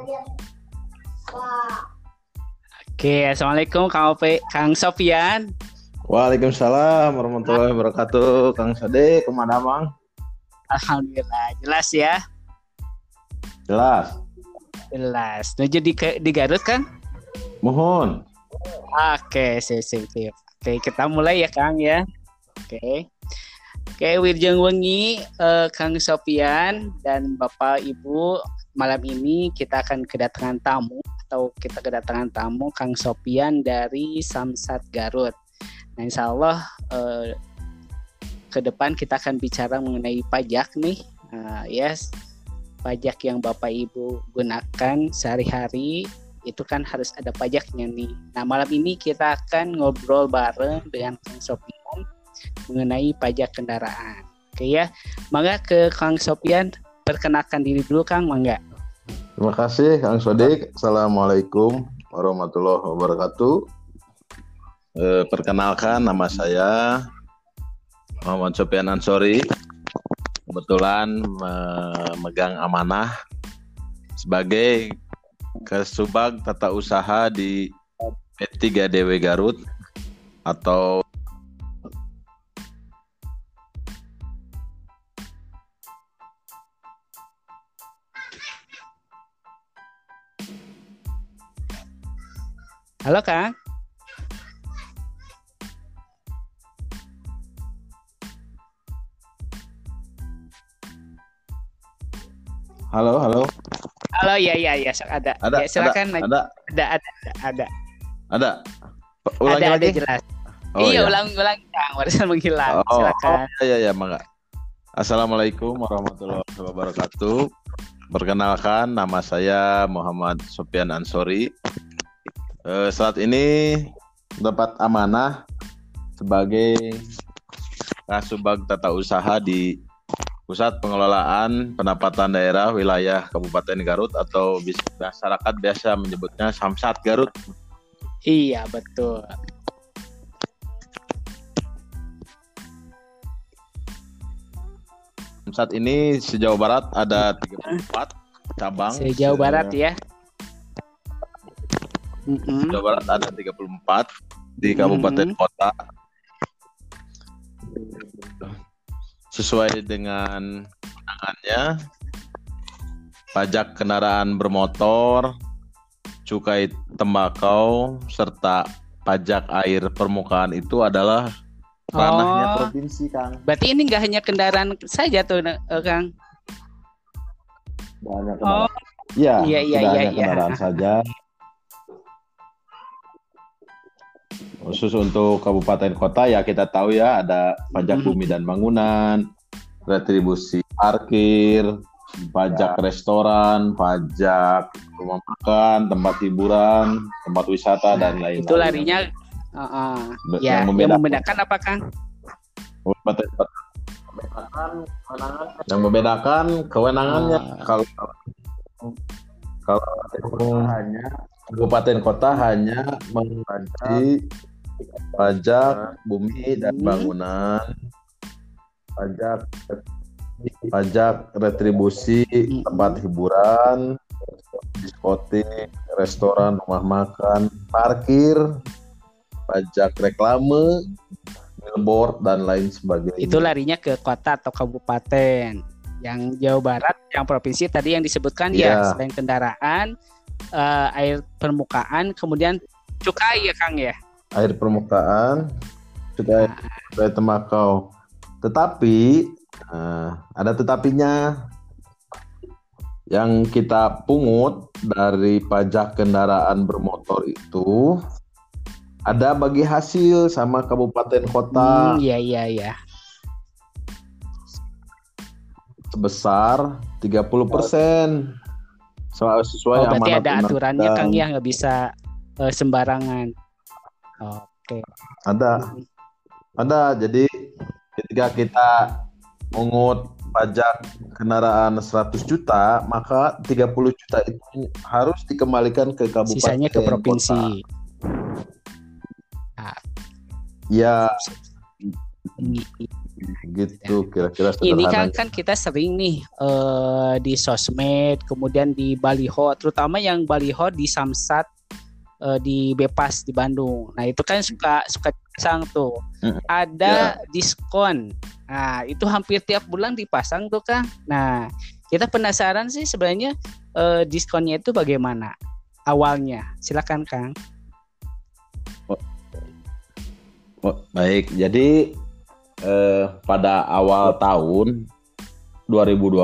Oke, assalamualaikum Kang Sofian. Waalaikumsalam warahmatullahi wabarakatuh. Kang Sade, kemana Bang? Alhamdulillah, jelas ya. Jelas. Jelas. Nuju di Garut kan? Mohon. Oke, sip. Oke, kita mulai ya Kang ya. Oke. Oke, Wirjeng Wengi, Kang Sofian dan Bapak Ibu, malam ini kita akan kedatangan tamu Kang Sofian dari Samsat Garut. Nah, insya Allah ke depan kita akan bicara mengenai pajak nih, yes, pajak yang Bapak Ibu gunakan sehari-hari itu kan harus ada pajaknya nih. Nah, malam ini kita akan ngobrol bareng dengan Kang Sofian mengenai pajak kendaraan. Oke ya, mangga ke Kang Sofian, perkenalkan diri dulu Kang, mangga. Terima kasih Kang Sodik. Assalamualaikum warahmatullahi wabarakatuh. Perkenalkan, nama saya Muhammad Sofian Ansori. Kebetulan memegang amanah sebagai Kasubag Tata Usaha di P3DW Garut atau Halo Kang. Halo. Halo, ya, ada. Ada, ya, silakan. Ada. Ulangi ada lagi. Jelas. Oh, iya, ya. ulang Kang, barusan menghilang. Silakan. Ya, mangga. Assalamualaikum warahmatullahi wabarakatuh. Perkenalkan, nama saya Muhammad Sofian Ansori. Saat ini dapat amanah sebagai Kasubag Tata Usaha di Pusat Pengelolaan Pendapatan Daerah Wilayah Kabupaten Garut atau masyarakat biasa menyebutnya Samsat Garut. Iya, betul. Samsat ini sejauh barat ada 34 cabang. Sejauh barat ya. Jawa Barat ada 34 di kabupaten kota. Sesuai dengan kewenangannya, pajak kendaraan bermotor, cukai tembakau, serta pajak air permukaan itu adalah ranahnya provinsi, Kang. Berarti ini nggak hanya kendaraan saja tuh, Kang? Banyak kendaraan. Iya. Kendaraan saja. Khusus untuk kabupaten kota ya kita tahu ya ada pajak bumi dan bangunan, retribusi parkir, pajak restoran, pajak rumah makan, tempat hiburan, tempat wisata dan lain-lain. Itu larinya yang membedakan apa Kang? Yang membedakan kewenangannya kalau hanya kabupaten kota hanya mengaji pajak bumi dan bangunan, pajak retribusi tempat hiburan, diskotik, restoran, rumah makan, parkir, pajak reklame, billboard dan lain sebagainya. Itu larinya ke kota atau kabupaten. Yang Jawa Barat, yang provinsi tadi yang disebutkan ya selain kendaraan, air permukaan, kemudian cukai ya Kang ya. Air permukaan, cukai tembakau. Tetapi ada tetapinya, yang kita pungut dari pajak kendaraan bermotor itu ada bagi hasil sama kabupaten kota. Iya. Sebesar 30%. Sesuai berarti amanat ada aturannya Kang ya, nggak bisa sembarangan. Oke. Ada. Jadi ketika kita mengut pajak kendaraan 100 juta, maka 30 juta itu harus dikembalikan ke kabupaten. Sisanya ke provinsi. Ya. Gitu kira-kira Ini sederhananya. kan kita sering nih di sosmed, kemudian di baliho, terutama yang baliho di Samsat, di Bepas di Bandung. Nah itu kan suka pasang tuh, ada diskon. Nah itu hampir tiap bulan dipasang tuh Kang. Nah kita penasaran sih sebenarnya diskonnya itu bagaimana awalnya. Silakan Kang. Baik, jadi pada awal tahun 2020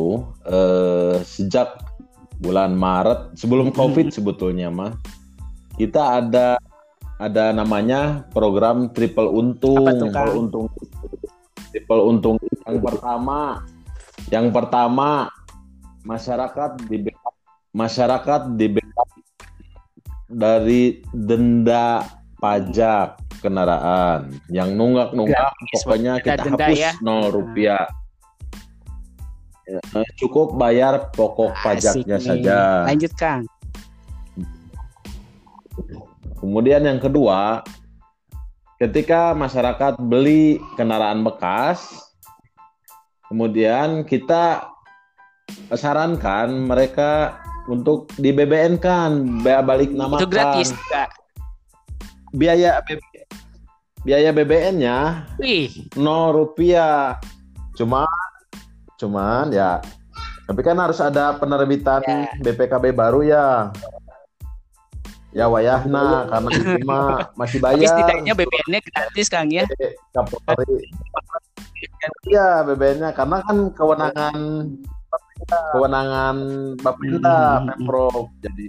sejak bulan Maret sebelum COVID sebetulnya mah kita ada namanya program triple untung. Apa tuh, Kang? Triple untung yang pertama masyarakat dibebas dari denda pajak kendaraan. Yang nunggak pokoknya kita hapus ya. 0 rupiah. Cukup bayar pokok pajaknya saja. Lanjut Kang. Kemudian yang kedua, ketika masyarakat beli kendaraan bekas, kemudian kita sarankan mereka untuk di BBN-kan, balik namakan. Itu gratis, Kak. Biaya BBN-nya 0 rupiah. Cuman ya, tapi kan harus ada penerbitan BPKB baru ya. Ya wayahna karena itu mah masih bayar. Tapi setidaknya BBN-nya gratis Kang ya. Iya BBN-nya karena kan kewenangan Bapak kita Pemprov. Jadi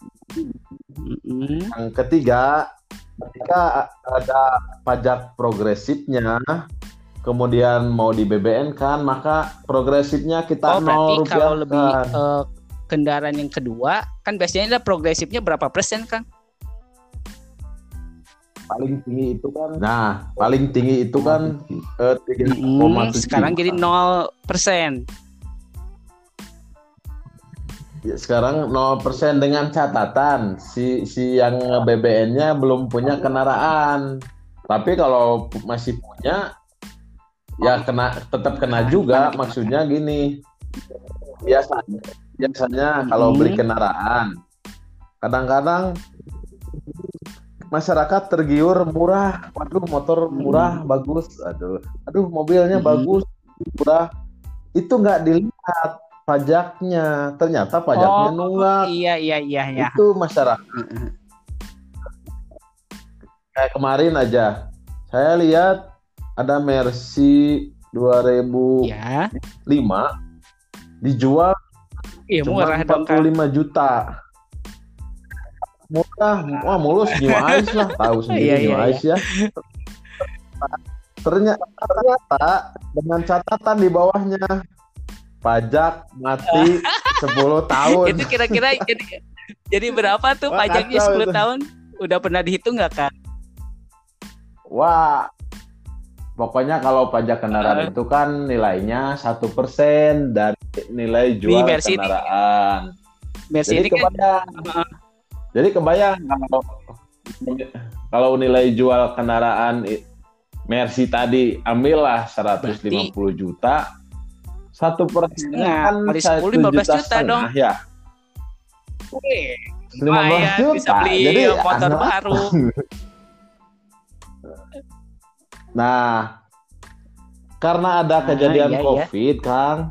yang ketiga, ketika ada pajak progresifnya, kemudian mau di BBN kan, maka progresifnya kita 0 rupiah. Kalau lebih kendaraan yang kedua, kan biasanya progresifnya berapa persen Kang? Paling tinggi itu kan. Nah, paling tinggi itu kan 3,7. Sekarang jadi 0%. Ya, sekarang 0% dengan catatan si yang BBN-nya belum punya kendaraan. Tapi kalau masih punya ya tetap kena juga. Maksudnya gini. Biasanya kalau beli kendaraan kadang-kadang masyarakat tergiur murah. Waduh, motor murah bagus. Aduh mobilnya bagus, murah. Itu nggak dilihat pajaknya, ternyata pajaknya nunggak. Iya. Itu masyarakat. Kayak kemarin aja, saya lihat ada Mercy 2005 dijual cuma 45 juta. Murah, wah mulus New Ice lah, tahu sendiri New Ice ya. Ternyata dengan catatan di bawahnya pajak mati 10 tahun. Itu kira-kira jadi berapa tuh pajaknya 10 tahun? Udah pernah dihitung nggak Kak? Wah, pokoknya kalau pajak kendaraan itu kan nilainya 1% dari nilai jual kendaraan. Jadi kebayang kalau nilai jual kendaraan Mercy tadi ambillah 150 juta, 1% kan 1,15 juta dong. Ya. 15 juta. Bisa beli jadi motor baru. Nah, karena ada kejadian COVID, Kang.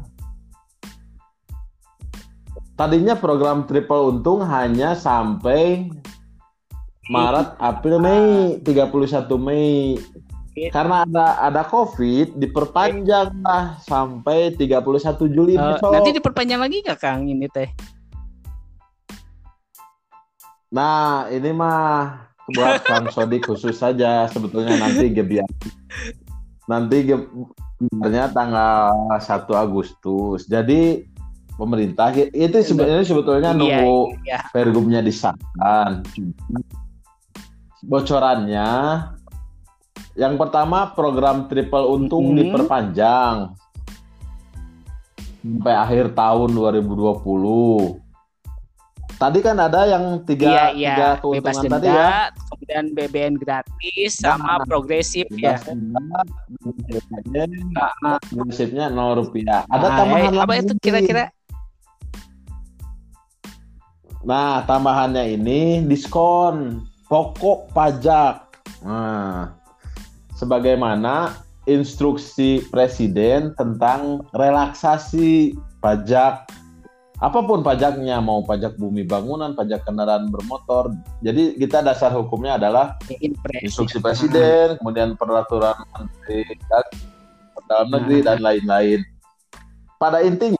Tadinya program triple untung hanya sampai Maret, April, Mei, 31 Mei. Karena ada COVID, diperpanjang lah sampai 31 Juli besok. Nanti diperpanjang lagi nggak, Kang, ini teh? Nah, ini mah buat Kang Sodik khusus saja sebetulnya nanti gebiar. Nanti gebiarnya tanggal 1 Agustus. Jadi pemerintah itu sebetulnya nunggu pergubnya disahkan. Bocorannya yang pertama program triple untung diperpanjang sampai akhir tahun 2020. tadi kan ada yang tiga bebas keuntungan denda, tadi ya. kemudian BBM gratis sama progresif ya. Bebas denda, progresifnya Rp0. Ada Ah, tambahan apa lagi. itu kira-kira? Nah, tambahannya ini diskon pokok pajak. Nah, sebagaimana instruksi Presiden tentang relaksasi pajak, apapun pajaknya, mau pajak bumi bangunan, pajak kendaraan bermotor. Jadi kita dasar hukumnya adalah instruksi Presiden, kemudian peraturan Menteri Dalam Negeri dan lain-lain. Pada intinya,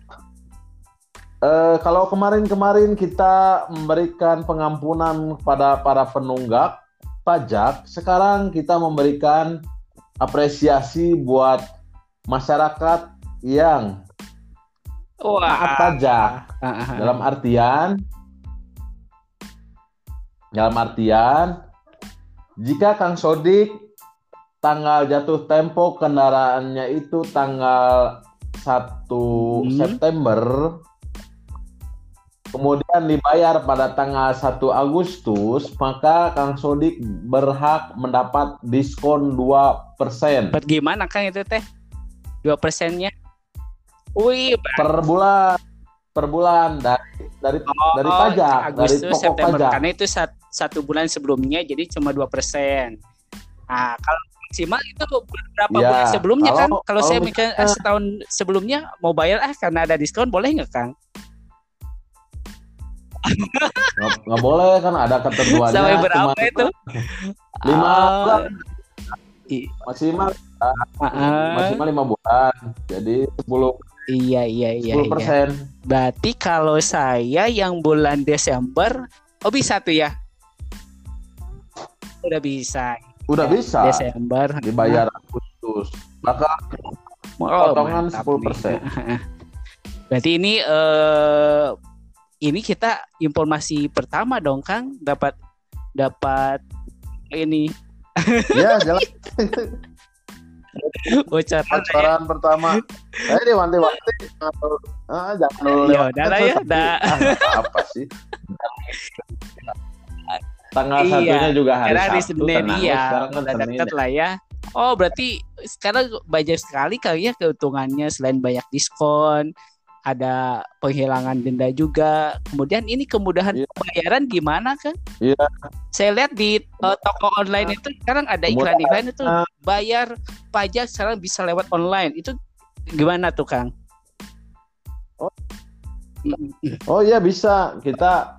kalau kemarin kita memberikan pengampunan kepada para penunggak pajak, sekarang kita memberikan apresiasi buat masyarakat yang taat pajak. Dalam artian jika Kang Sodik tanggal jatuh tempo kendaraannya itu tanggal 1 September, kemudian dibayar pada tanggal 1 Agustus, maka Kang Sodik berhak mendapat diskon 2%. Bagaimana Kang itu teh? 2%-nya? Wih, per bulan dari pajak, Agustus, dari pokok September. pajak. Karena itu satu bulan sebelumnya, jadi cuma 2%. Nah, kalau maksimal itu berapa bulan sebelumnya kan? Kalau saya mikir setahun sebelumnya mau bayar karena ada diskon, boleh nggak Kang? Nggak boleh, kan ada ketentuannya. Sampai berapa itu? 5 bulan maksimal 5 bulan, jadi 10%. Iya. 10%. Berarti kalau saya yang bulan Desember, bisa tuh ya? Udah bisa. Desember dibayar Agustus, maka potongan 10%. Berarti ini kita informasi pertama dong Kang, dapat ini. Ya, jelas. Bocoran pertama. Saya diwanti-wanti. Jangan dulu. Ya udah lah ya. Apa sih? Tanggal satunya juga hari Sabtu. Senin, iya. Udah dekat lah ya. Oh, berarti sekarang banyak sekali kali ya keuntungannya, selain banyak diskon, ada penghilangan denda juga. Kemudian ini kemudahan pembayaran gimana kan? Iya. Saya lihat di toko online itu sekarang ada iklan-iklan itu bayar pajak sekarang bisa lewat online. Itu gimana tuh Kang? Oh iya, bisa. Kita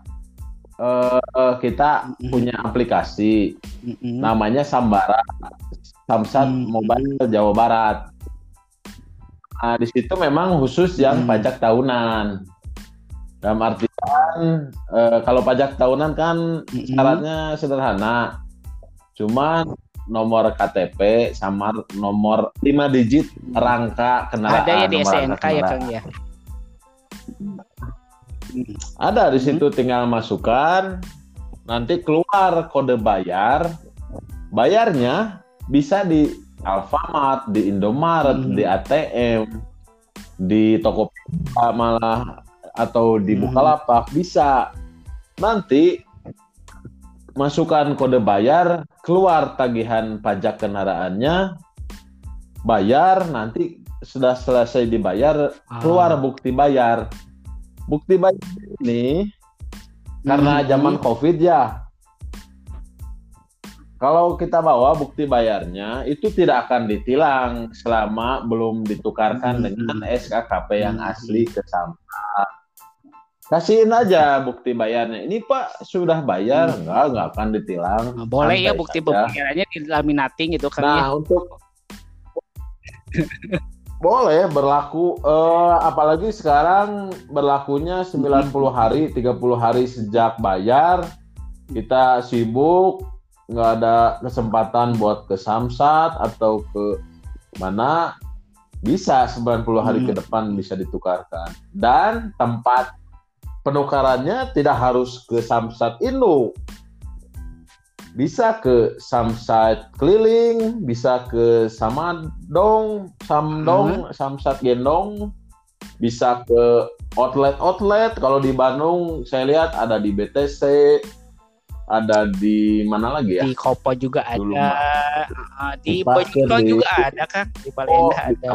punya aplikasi namanya Sambara, Samsat Mobile Jawa Barat. Nah, di situ memang khusus yang pajak tahunan. Dalam artian kalau pajak tahunan kan syaratnya sederhana, cuman nomor KTP sama nomor 5 digit rangka kendaraan. Ada ya di SNK ya Kang ya. Ada di situ, tinggal masukkan, nanti keluar kode bayar. Bayarnya bisa di Alfamart, di Indomaret, di ATM, di Tokopedia malah, atau di Bukalapak bisa. Nanti masukkan kode bayar, keluar tagihan pajak kendaraannya, bayar, nanti sudah selesai dibayar, keluar bukti bayar. Bukti bayar ini karena zaman COVID ya, kalau kita bawa bukti bayarnya itu tidak akan ditilang selama belum ditukarkan dengan SKKP yang asli ke Samsat. Kasihin aja bukti bayarnya. Ini Pak sudah bayar, enggak akan ditilang. Boleh ya bukti pembayarannya dilaminating gitu kan. Nah, untuk boleh berlaku, apalagi sekarang berlakunya 90 hari, 30 hari sejak bayar. Kita sibuk, nggak ada kesempatan buat ke Samsat atau ke mana, bisa 90 hari ke depan bisa ditukarkan. Dan tempat penukarannya tidak harus ke Samsat Indo. Bisa ke Samsat keliling, bisa ke Samdong, Samsat Gendong, bisa ke outlet. Kalau di Bandung saya lihat ada di BTC, ada di mana lagi ya? Di Kopo juga Dulu ada, di Bojong juga ada kan, di Bale Endah ada.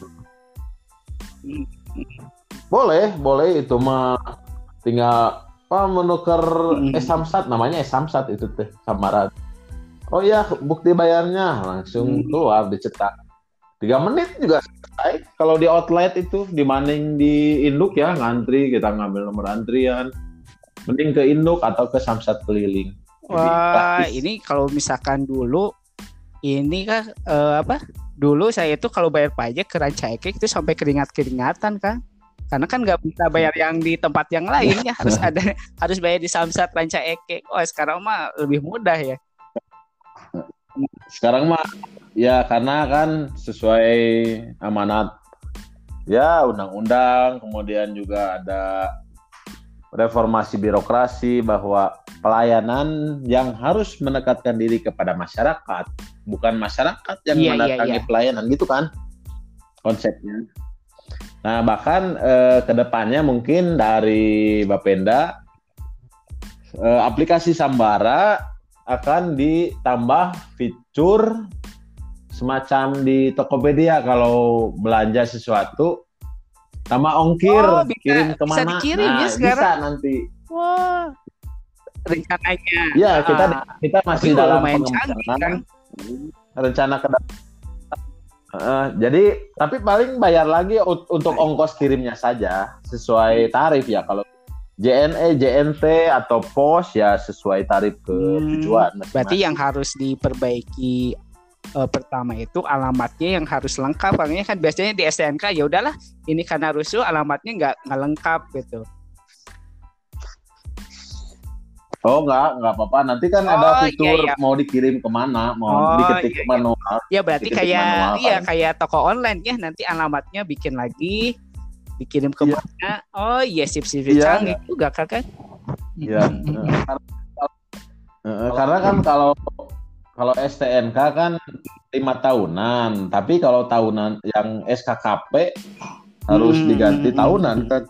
Boleh itu mah tinggal menukar Samsat, namanya Samsat itu teh samaran. Oh iya, bukti bayarnya langsung keluar dicetak. 3 menit juga selesai. Kalau di outlet itu dibanding di induk ya ngantri, kita ngambil nomor antrian. Mending ke induk atau ke Samsat keliling. Wah, ini kalau misalkan dulu ini kan dulu saya itu kalau bayar pajak ke Rancaikek itu sampai keringat-keringatan kan. Karena kan nggak bisa bayar yang di tempat yang lain ya, harus bayar di Samsat Rancaikek. Oh, sekarang mah lebih mudah ya. Sekarang mah ya karena kan sesuai amanat ya undang-undang, kemudian juga ada reformasi birokrasi bahwa pelayanan yang harus mendekatkan diri kepada masyarakat, bukan masyarakat yang mendatangi pelayanan gitu kan konsepnya. Nah bahkan kedepannya mungkin dari Bapenda aplikasi Sambara akan ditambah fitur semacam di Tokopedia kalau belanja sesuatu sama ongkir kirim kemana, bisa dikirim ya sekarang. Bisa nanti. Wah, rencananya. Ya kita masih dalam pengembangan kan? Rencana ke jadi tapi paling bayar lagi untuk ongkos kirimnya saja sesuai tarif ya. Kalau JNE, JNT atau pos ya sesuai tarif ke tujuan. Berarti yang harus diperbaiki pertama itu alamatnya yang harus lengkap. Karena kan biasanya di STNK ya udahlah ini karena rusuh alamatnya nggak lengkap gitu. Oh nggak apa-apa. Nanti kan ada fitur mau dikirim kemana, mau diketik manual. Ya berarti kayak toko online ya, nanti alamatnya bikin lagi, dikirim ke mana. Oh iya sip canggih juga kan. Iya. Karena kan kalau STNK kan 5 tahunan, tapi kalau tahunan yang SKKP harus diganti tahunan kan.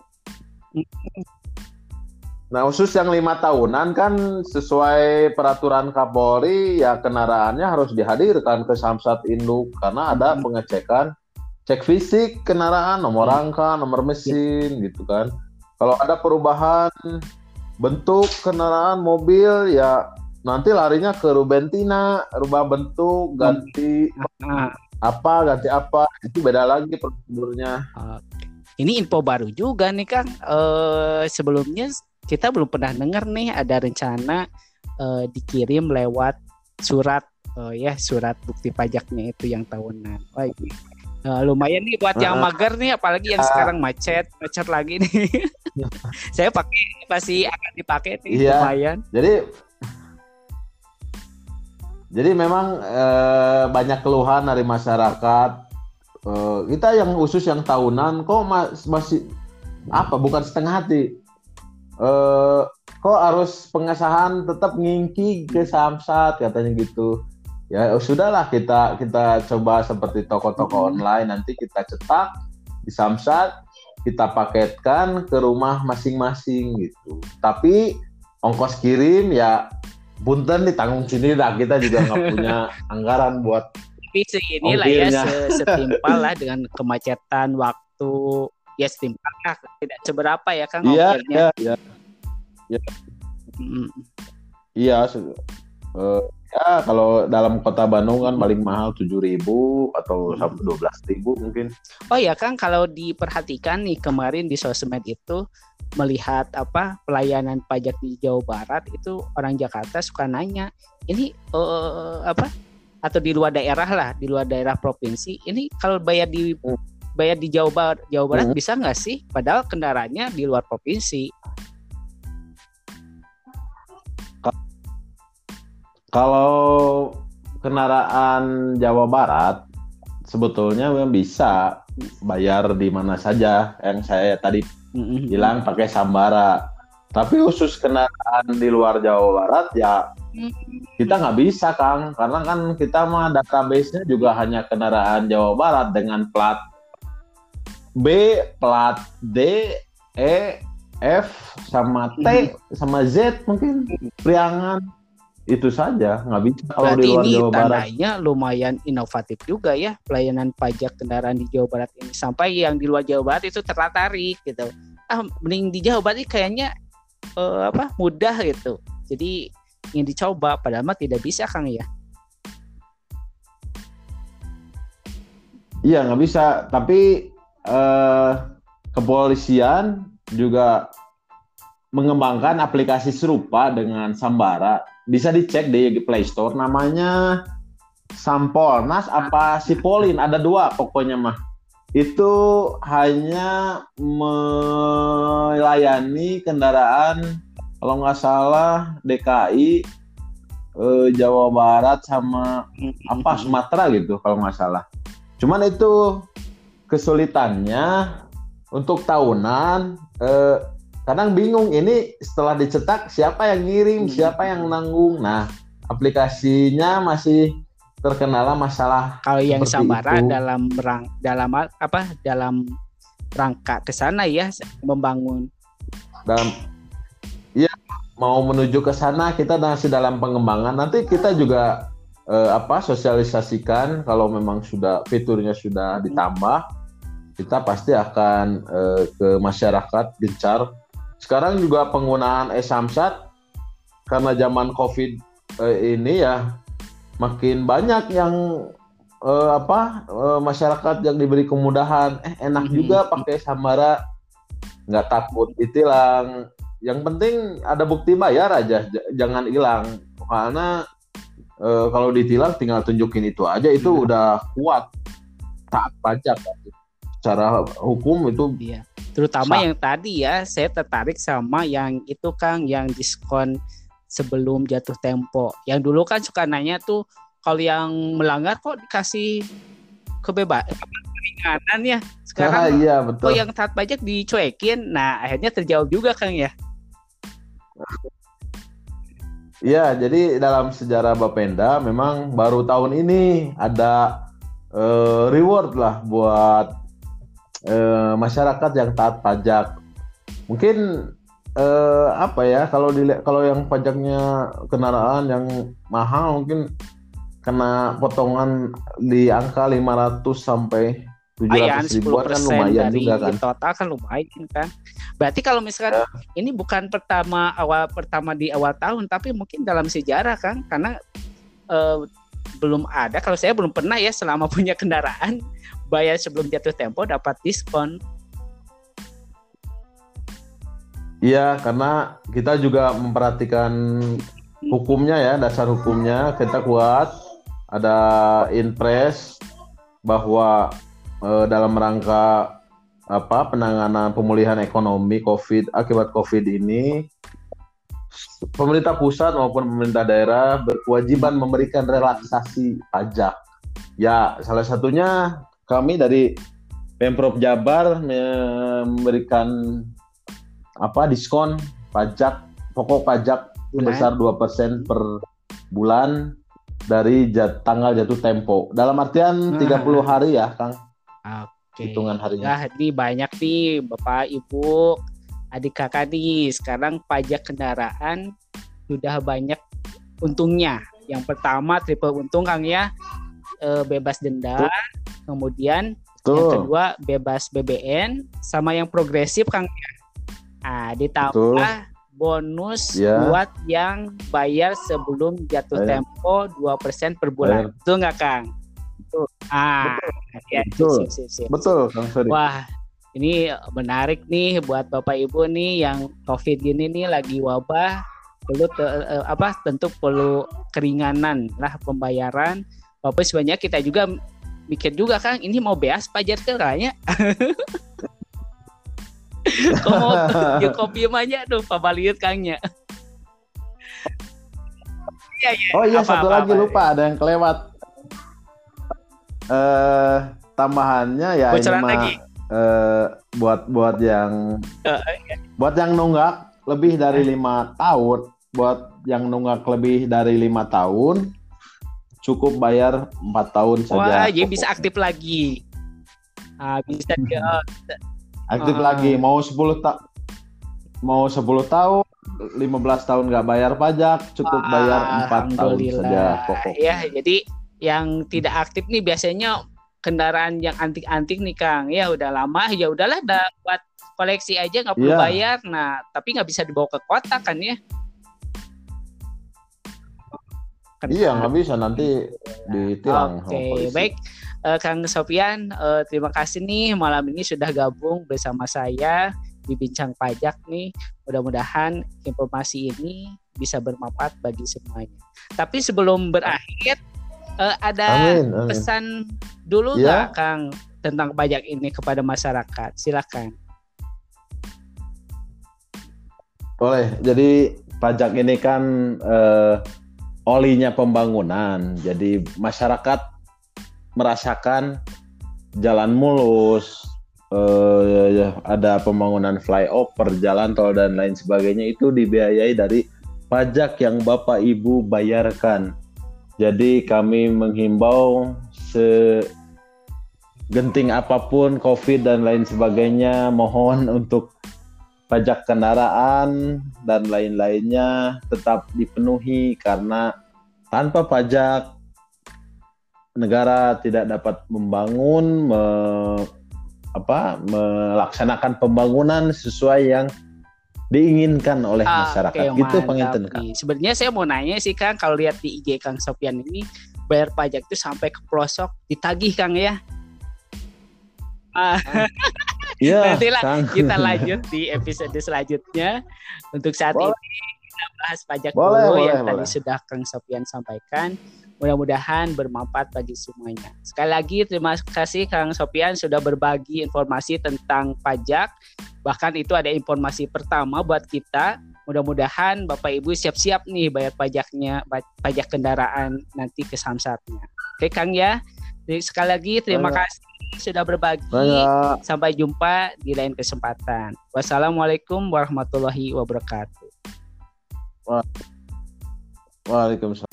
Nah khusus yang 5 tahunan kan sesuai peraturan Kapolri ya kendaraannya harus dihadirkan ke Samsat Induk karena ada pengecekan, cek fisik kendaraan, nomor rangka, nomor mesin gitu kan. Kalau ada perubahan bentuk kendaraan mobil ya nanti larinya ke Rubentina, rubah bentuk, ganti apa, itu beda lagi prosedurnya. Ini info baru juga nih Kang. Sebelumnya kita belum pernah dengar nih ada rencana dikirim lewat surat surat bukti pajaknya itu yang tahunan. Wah, lumayan nih buat yang mager nih, apalagi yang sekarang macet lagi nih. Saya pasti akan dipakai nih, lumayan. Jadi memang banyak keluhan dari masyarakat. Kita yang khusus yang tahunan kok masih bukan setengah hati. Kok harus pengesahan tetap ngingki ke Samsat katanya gitu. Ya sudahlah kita coba seperti toko-toko online, nanti kita cetak di Samsat, kita paketkan ke rumah masing-masing gitu. Tapi ongkos kirim ya punten ditanggung sini lah, kita juga nggak punya anggaran buat. Tapi inilah ya setimpal lah dengan kemacetan waktu. Ya setimpal lah, tidak seberapa ya Kang ongkirnya. Iya. Ya kalau dalam kota Bandung kan paling mahal 7.000 atau sampai 12.000 mungkin. Oh ya Kang, kalau diperhatikan nih kemarin di sosmed itu melihat pelayanan pajak di Jawa Barat itu orang Jakarta suka nanya ini atau di luar daerah lah, di luar daerah provinsi ini kalau bayar di Jawa Barat bisa nggak sih? Padahal kendaraannya di luar provinsi. Kalau kendaraan Jawa Barat sebetulnya bisa bayar di mana saja yang saya tadi bilang pakai Sambara. Tapi khusus kendaraan di luar Jawa Barat ya kita nggak bisa Kang, karena kan kita mah database-nya juga hanya kendaraan Jawa Barat dengan plat B, plat D, E, F, sama T, sama Z mungkin. Priangan. Itu saja, nggak bisa kalau Berarti di luar ini Jawa Barat. tandanya lumayan inovatif juga ya pelayanan pajak kendaraan di Jawa Barat ini. Sampai yang di luar Jawa Barat itu tertarik gitu. Mending di Jawa Barat ini kayaknya mudah gitu. Jadi ingin dicoba, padahal mah tidak bisa Kang ya. Iya nggak bisa, tapi kepolisian juga mengembangkan aplikasi serupa dengan Sambara. Bisa dicek di Play Store, namanya Sampolnas apa Sipolin, ada 2 pokoknya mah. Itu hanya melayani kendaraan kalau nggak salah DKI, Jawa Barat sama Sumatera gitu kalau nggak salah. Cuman itu kesulitannya untuk tahunan, kadang bingung ini setelah dicetak siapa yang ngirim, siapa yang nanggung. Nah, aplikasinya masih terkendala masalah. Kalau yang Sambara itu. dalam rangka ke sana ya, membangun. Mau menuju ke sana, kita masih dalam pengembangan. Nanti kita juga sosialisasikan kalau memang sudah fiturnya sudah ditambah, kita pasti akan ke masyarakat gencar. Sekarang juga penggunaan e-Samsat karena zaman COVID ini ya makin banyak yang masyarakat yang diberi kemudahan. Enak juga pakai Sambara, nggak takut ditilang. Yang penting ada bukti bayar aja, jangan hilang. Karena kalau ditilang tinggal tunjukin itu aja, itu udah kuat taat pajak. Secara hukum itu. Iya. Terutama yang tadi ya, saya tertarik sama yang itu Kang, yang diskon sebelum jatuh tempo. Yang dulu kan suka nanya tuh, kalau yang melanggar kok dikasih kebebasan, keringanan ya. Sekarang iya, betul. kok yang taat pajak dicuekin. Nah, akhirnya terjawab juga Kang ya. Iya, jadi dalam sejarah Bapenda memang baru tahun ini ada reward lah buat masyarakat yang taat pajak. Mungkin kalau yang pajaknya kendaraan yang mahal mungkin kena potongan di angka 500 sampai 700 ribuan kan lumayan dari juga kan. Total kan lumayan kan. Berarti kalau misalkan ini bukan pertama di awal tahun, tapi mungkin dalam sejarah kan, karena belum ada, kalau saya belum pernah ya selama punya kendaraan bayar sebelum jatuh tempo dapat diskon. Iya, karena kita juga memperhatikan hukumnya ya, dasar hukumnya kita kuat. Ada inpres bahwa dalam rangka penanganan pemulihan ekonomi akibat COVID ini, pemerintah pusat maupun pemerintah daerah berkewajiban memberikan relaksasi pajak. Ya, salah satunya kami dari Pemprov Jabar memberikan diskon pajak, pokok pajak sebesar 2% per bulan dari tanggal jatuh tempo. Dalam artian 30 hari ya, Kang. Oke. Hitungan harinya. Nah, ini banyak nih Bapak, Ibu, adik kakak nih. Sekarang pajak kendaraan sudah banyak untungnya. Yang pertama triple untung Kang ya. Bebas denda. Kemudian yang kedua bebas BBN, sama yang progresif Kang ya. Ditambah bonus buat yang bayar sebelum jatuh tempo 2% per bulan. Betul nggak Kang? Betul. Sip. Betul Kang Ferry. Wah, ini menarik nih buat Bapak Ibu nih yang COVID gini nih lagi wabah, tentu perlu keringanan lah pembayaran. Walaupun sebenarnya kita juga mikir juga Kang, ini mau beas pajak kayaknya. Kok mau kopi aja tuh pabaliut Kangnya. Satu lagi lupa, ada yang kelewat. Tambahannya ya bocoran ini lagi. Buat yang nunggak lebih dari 5 tahun, buat yang nunggak lebih dari 5 tahun cukup bayar 4 tahun saja. Wah, jadi bisa aktif lagi. Bisa Aktif lagi. Mau 10 tahun, 15 tahun nggak bayar pajak, cukup bayar 4 tahun saja Alhamdulillah. pokok. Ya, jadi yang tidak aktif nih biasanya kendaraan yang antik-antik nih Kang. Ya udah lama, ya udahlah buat koleksi aja nggak perlu Iya. bayar. Nah, tapi nggak bisa dibawa ke kota kan ya? Iya, nggak bisa, nanti ditilang sama Oke, polisi. baik. Kang Sofian, terima kasih nih malam ini sudah gabung bersama saya di Bincang Pajak nih. Mudah-mudahan informasi ini bisa bermanfaat bagi semuanya. Tapi sebelum berakhir, ada Amin, amin. pesan dulu Ya. nggak Kang tentang pajak ini kepada masyarakat? Silakan. Boleh. Jadi pajak ini kan olinya pembangunan. Jadi masyarakat merasakan jalan mulus, ada pembangunan flyover, jalan tol dan lain sebagainya, itu dibiayai dari pajak yang Bapak Ibu bayarkan. Jadi kami menghimbau segenting apapun COVID dan lain sebagainya, mohon untuk pajak kendaraan dan lain-lainnya tetap dipenuhi, karena tanpa pajak negara tidak dapat membangun, melaksanakan pembangunan sesuai yang diinginkan oleh masyarakat. Oke, Itu penginten, Kak. sebenarnya saya mau nanya sih Kang, kalau lihat di IG Kang Sofian ini bayar pajak itu sampai ke pelosok ditagih Kang ya. Iya, Nantilah Kang. kita lanjut di episode selanjutnya. Untuk saat Boleh. ini kita bahas pajak Boleh, dulu boleh, yang boleh. tadi sudah Kang Sofian sampaikan. Mudah-mudahan bermanfaat bagi semuanya. Sekali lagi terima kasih Kang Sofian sudah berbagi informasi tentang pajak. Bahkan itu ada informasi pertama buat kita. Mudah-mudahan Bapak Ibu siap-siap nih bayar pajaknya, pajak kendaraan nanti ke Samsatnya. Oke Kang ya. Jadi, sekali lagi terima kasih sudah berbagi. Banyak. Sampai jumpa di lain kesempatan. Wassalamualaikum warahmatullahi wabarakatuh. Waalaikumsalam.